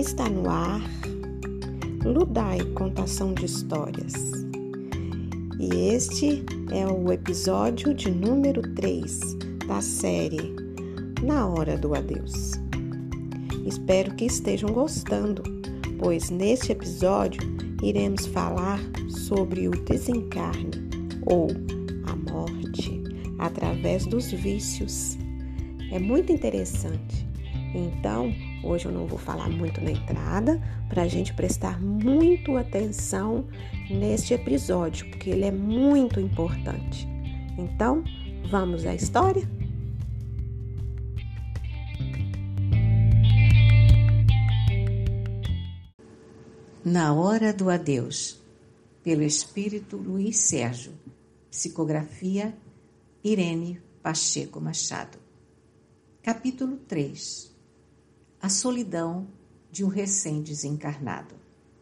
Está no ar Ludai Contação de Histórias. E este é o episódio de número 3 da série Na Hora do Adeus. Espero que estejam gostando, pois neste episódio iremos falar sobre o desencarne ou a morte através dos vícios. É muito interessante. Então, hoje eu não vou falar muito na entrada, para a gente prestar muito atenção neste episódio, porque ele é muito importante. Então, vamos à história? Na Hora do Adeus, pelo espírito Luiz Sérgio, psicografia Irene Pacheco Machado. Capítulo 3. A solidão de um recém-desencarnado.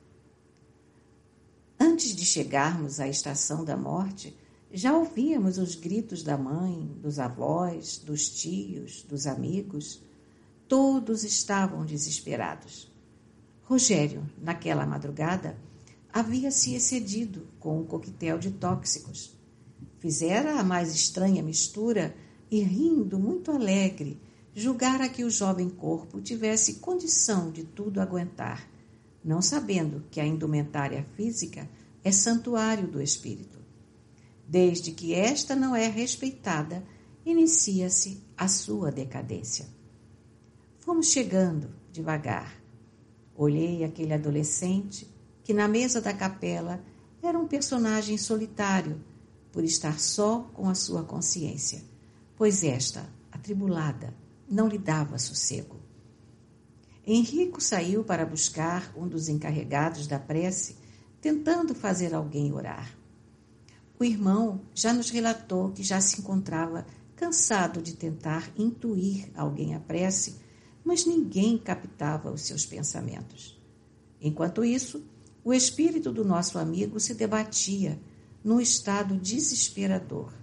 Antes de chegarmos à estação da morte, já ouvíamos os gritos da mãe, dos avós, dos tios, dos amigos. Todos estavam desesperados. Rogério, naquela madrugada, havia se excedido com um coquetel de tóxicos. Fizera a mais estranha mistura e, rindo muito alegre, julgara que o jovem corpo tivesse condição de tudo aguentar, não sabendo que a indumentária física é santuário do espírito. Desde que esta não é respeitada, inicia-se a sua decadência. Fomos chegando devagar. Olhei aquele adolescente que na mesa da capela era um personagem solitário, por estar só com a sua consciência, pois esta, atribulada, não lhe dava sossego. Henrico saiu para buscar um dos encarregados da prece, tentando fazer alguém orar. O irmão já nos relatou que já se encontrava cansado de tentar intuir alguém à prece, mas ninguém captava os seus pensamentos. Enquanto isso, o espírito do nosso amigo se debatia num estado desesperador.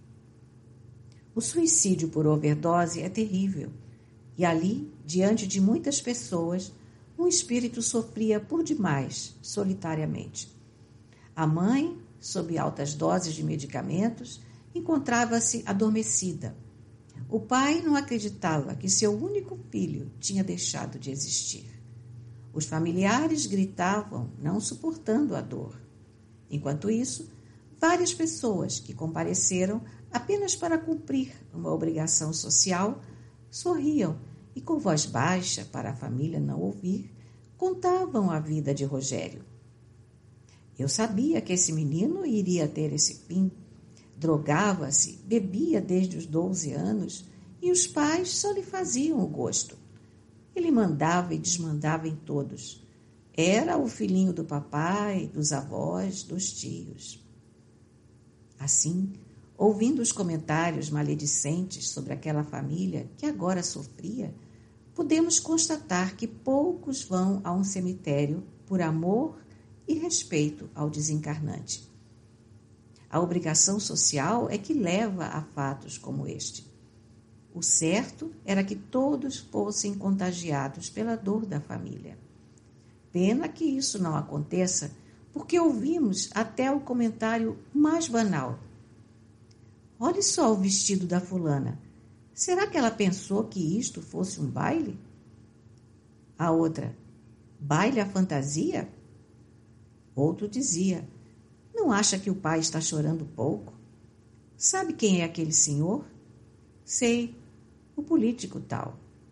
O suicídio por overdose é terrível, e ali, diante de muitas pessoas, um espírito sofria por demais, solitariamente. A mãe, sob altas doses de medicamentos, encontrava-se adormecida. O pai não acreditava que seu único filho tinha deixado de existir. Os familiares gritavam, não suportando a dor. Enquanto isso, várias pessoas que compareceram apenas para cumprir uma obrigação social sorriam e, com voz baixa, para a família não ouvir, contavam a vida de Rogério. Eu sabia que esse menino iria ter esse fim. Drogava-se, bebia desde os 12 anos e os pais só lhe faziam o gosto. Ele mandava e desmandava em todos. Era o filhinho do papai, dos avós, dos tios. Assim, ouvindo os comentários maledicentes sobre aquela família que agora sofria, podemos constatar que poucos vão a um cemitério por amor e respeito ao desencarnante. A obrigação social é que leva a fatos como este. O certo era que todos fossem contagiados pela dor da família. Pena que isso não aconteça, porque ouvimos até o comentário mais banal. Olhe só o vestido da fulana. Será que ela pensou que isto fosse um baile? A outra, baile à fantasia? Outro dizia, não acha que o pai está chorando pouco? Sabe quem é aquele senhor? Sei, o político tal.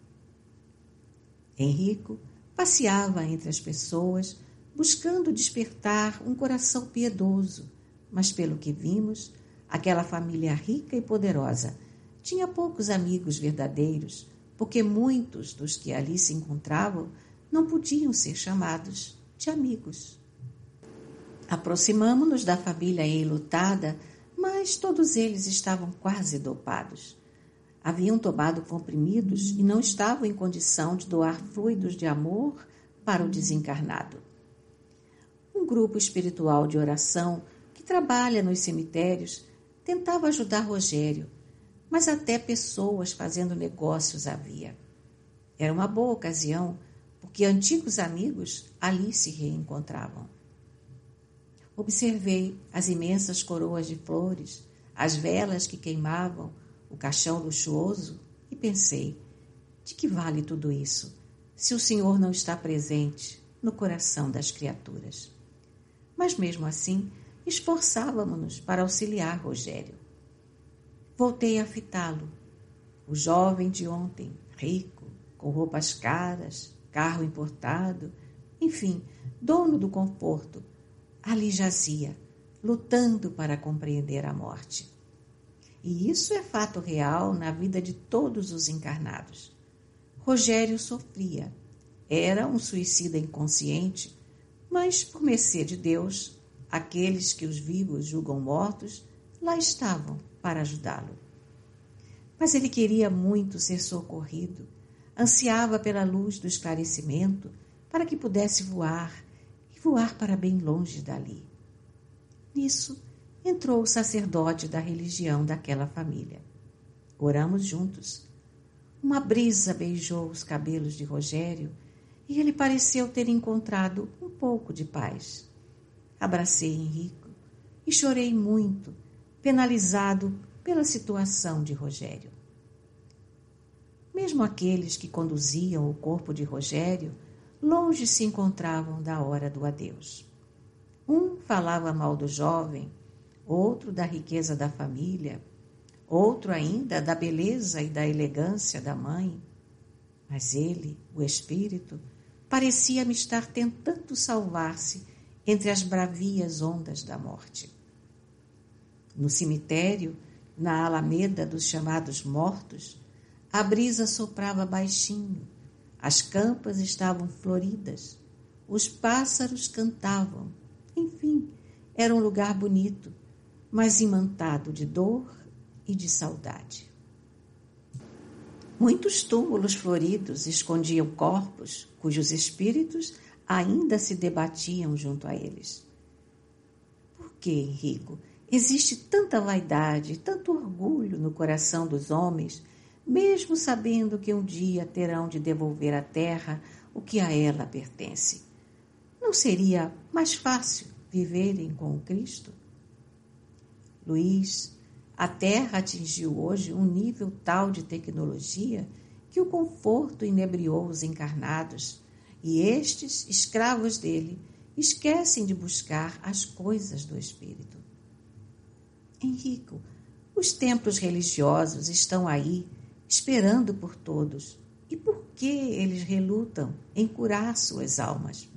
Henrico passeava entre as pessoas, buscando despertar um coração piedoso, mas pelo que vimos, aquela família rica e poderosa tinha poucos amigos verdadeiros, porque muitos dos que ali se encontravam não podiam ser chamados de amigos. Aproximamo-nos da família enlutada, mas todos eles estavam quase dopados. Haviam tomado comprimidos e não estavam em condição de doar fluidos de amor para o desencarnado. Um grupo espiritual de oração que trabalha nos cemitérios tentava ajudar Rogério, mas até pessoas fazendo negócios havia. Era uma boa ocasião, porque antigos amigos ali se reencontravam. Observei as imensas coroas de flores, as velas que queimavam, o caixão luxuoso e pensei, de que vale tudo isso, se o Senhor não está presente no coração das criaturas? Mas mesmo assim, esforçávamos-nos para auxiliar Rogério. Voltei a fitá-lo, o jovem de ontem, rico, com roupas caras, carro importado, enfim, dono do conforto, ali jazia, lutando para compreender a morte. E isso é fato real na vida de todos os encarnados. Rogério sofria, era um suicida inconsciente, mas, por mercê de Deus, aqueles que os vivos julgam mortos, lá estavam para ajudá-lo. Mas ele queria muito ser socorrido, ansiava pela luz do esclarecimento para que pudesse voar, e voar para bem longe dali. Nisso, entrou o sacerdote da religião daquela família. Oramos juntos. Uma brisa beijou os cabelos de Rogério e ele pareceu ter encontrado um pouco de paz. Abracei Henrico e chorei muito, penalizado pela situação de Rogério. Mesmo aqueles que conduziam o corpo de Rogério, longe se encontravam da hora do adeus. Um falava mal do jovem, outro da riqueza da família, outro ainda da beleza e da elegância da mãe. Mas ele, o espírito, parecia-me estar tentando salvar-se entre as bravias ondas da morte. No cemitério, na alameda dos chamados mortos, a brisa soprava baixinho, as campas estavam floridas, os pássaros cantavam, enfim, era um lugar bonito, mas imantado de dor e de saudade. Muitos túmulos floridos escondiam corpos cujos espíritos ainda se debatiam junto a eles. Por que, Henrico, existe tanta vaidade, tanto orgulho no coração dos homens, mesmo sabendo que um dia terão de devolver à terra o que a ela pertence? Não seria mais fácil viverem com o Cristo? Luiz, a Terra atingiu hoje um nível tal de tecnologia que o conforto inebriou os encarnados e estes, escravos dele, esquecem de buscar as coisas do Espírito. Henrico, os templos religiosos estão aí, esperando por todos. E por que eles relutam em curar suas almas?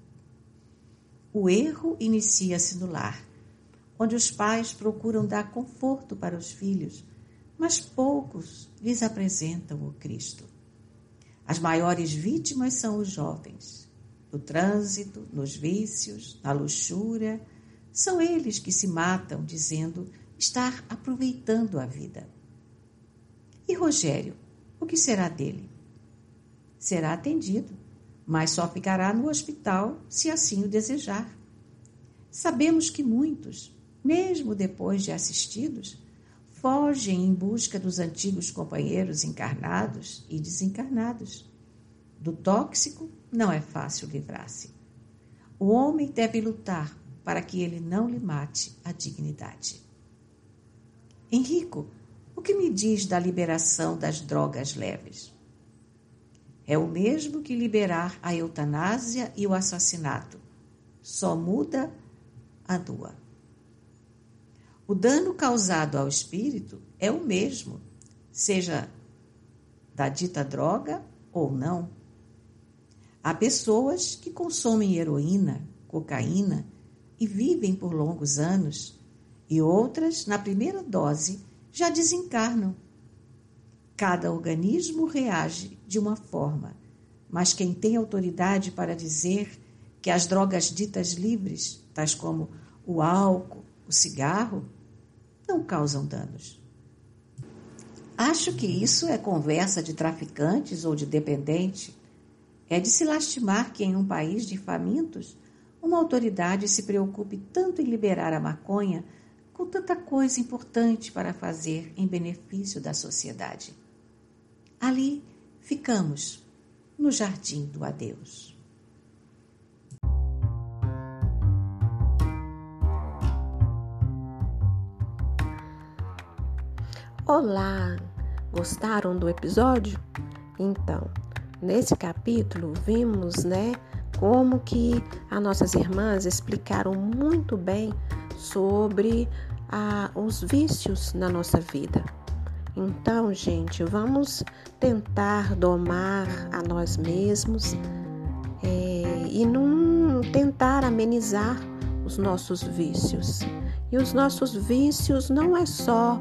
O erro inicia-se no lar, onde os pais procuram dar conforto para os filhos, mas poucos lhes apresentam o Cristo. As maiores vítimas são os jovens. No trânsito, nos vícios, na luxúria, são eles que se matam dizendo estar aproveitando a vida. E Rogério, o que será dele? Será atendido, mas só ficará no hospital se assim o desejar. Sabemos que muitos, mesmo depois de assistidos, fogem em busca dos antigos companheiros encarnados e desencarnados. Do tóxico não é fácil livrar-se. O homem deve lutar para que ele não lhe mate a dignidade. Henrico, o que me diz da liberação das drogas leves? É o mesmo que liberar a eutanásia e o assassinato. Só muda a dor. O dano causado ao espírito é o mesmo, seja da dita droga ou não. Há pessoas que consomem heroína, cocaína e vivem por longos anos, e outras, na primeira dose, já desencarnam. Cada organismo reage de uma forma, mas quem tem autoridade para dizer que as drogas ditas livres, tais como o álcool, o cigarro, não causam danos. Acho que isso é conversa de traficantes ou de dependente. É de se lastimar que em um país de famintos, uma autoridade se preocupe tanto em liberar a maconha com tanta coisa importante para fazer em benefício da sociedade. Ali ficamos, no jardim do adeus. Olá! Gostaram do episódio? Então, nesse capítulo vimos, como que as nossas irmãs explicaram muito bem sobre os vícios na nossa vida. Então, gente, vamos tentar domar a nós mesmos e não tentar amenizar os nossos vícios. E os nossos vícios não é só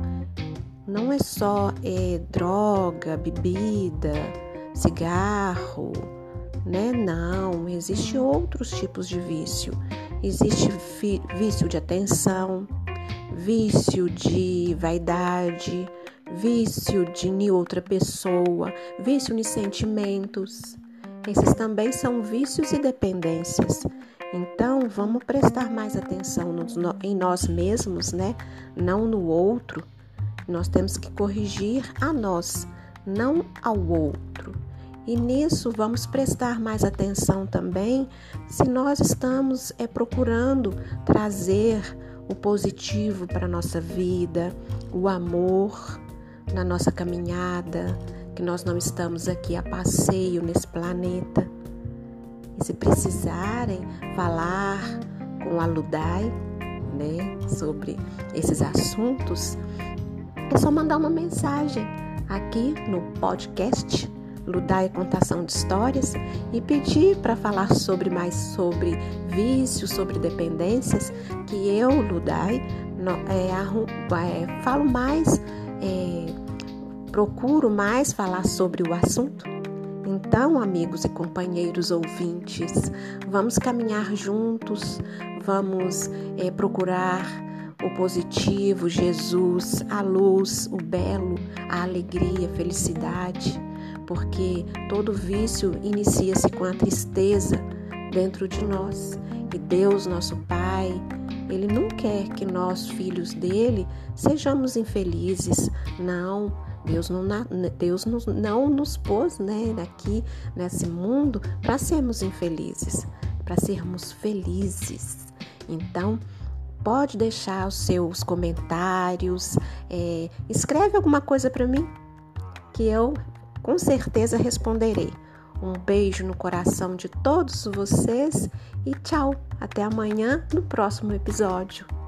droga, bebida, cigarro, Não, existem outros tipos de vício. Existe vício de atenção, vício de vaidade, vício de outra pessoa, vício de sentimentos. Esses também são vícios e dependências. Então, vamos prestar mais atenção em nós mesmos, Não no outro. Nós temos que corrigir a nós, não ao outro. E nisso vamos prestar mais atenção também se nós estamos procurando trazer o positivo para a nossa vida, o amor na nossa caminhada, que nós não estamos aqui a passeio nesse planeta. E se precisarem falar com a Ludai, sobre esses assuntos, é só mandar uma mensagem aqui no podcast Ludai Contação de Histórias e pedir para falar mais sobre vícios, sobre dependências, que eu, Ludai, falo mais, procuro mais falar sobre o assunto. Então, amigos e companheiros ouvintes, vamos caminhar juntos, vamos procurar o positivo, Jesus, a luz, o belo, a alegria, a felicidade, porque todo vício inicia-se com a tristeza dentro de nós. E Deus, nosso Pai, Ele não quer que nós, filhos dele, sejamos infelizes. Não, Deus não nos pôs aqui nesse mundo para sermos infelizes, para sermos felizes. Então, pode deixar os seus comentários, escreve alguma coisa para mim, que eu com certeza responderei. Um beijo no coração de todos vocês e tchau! Até amanhã no próximo episódio.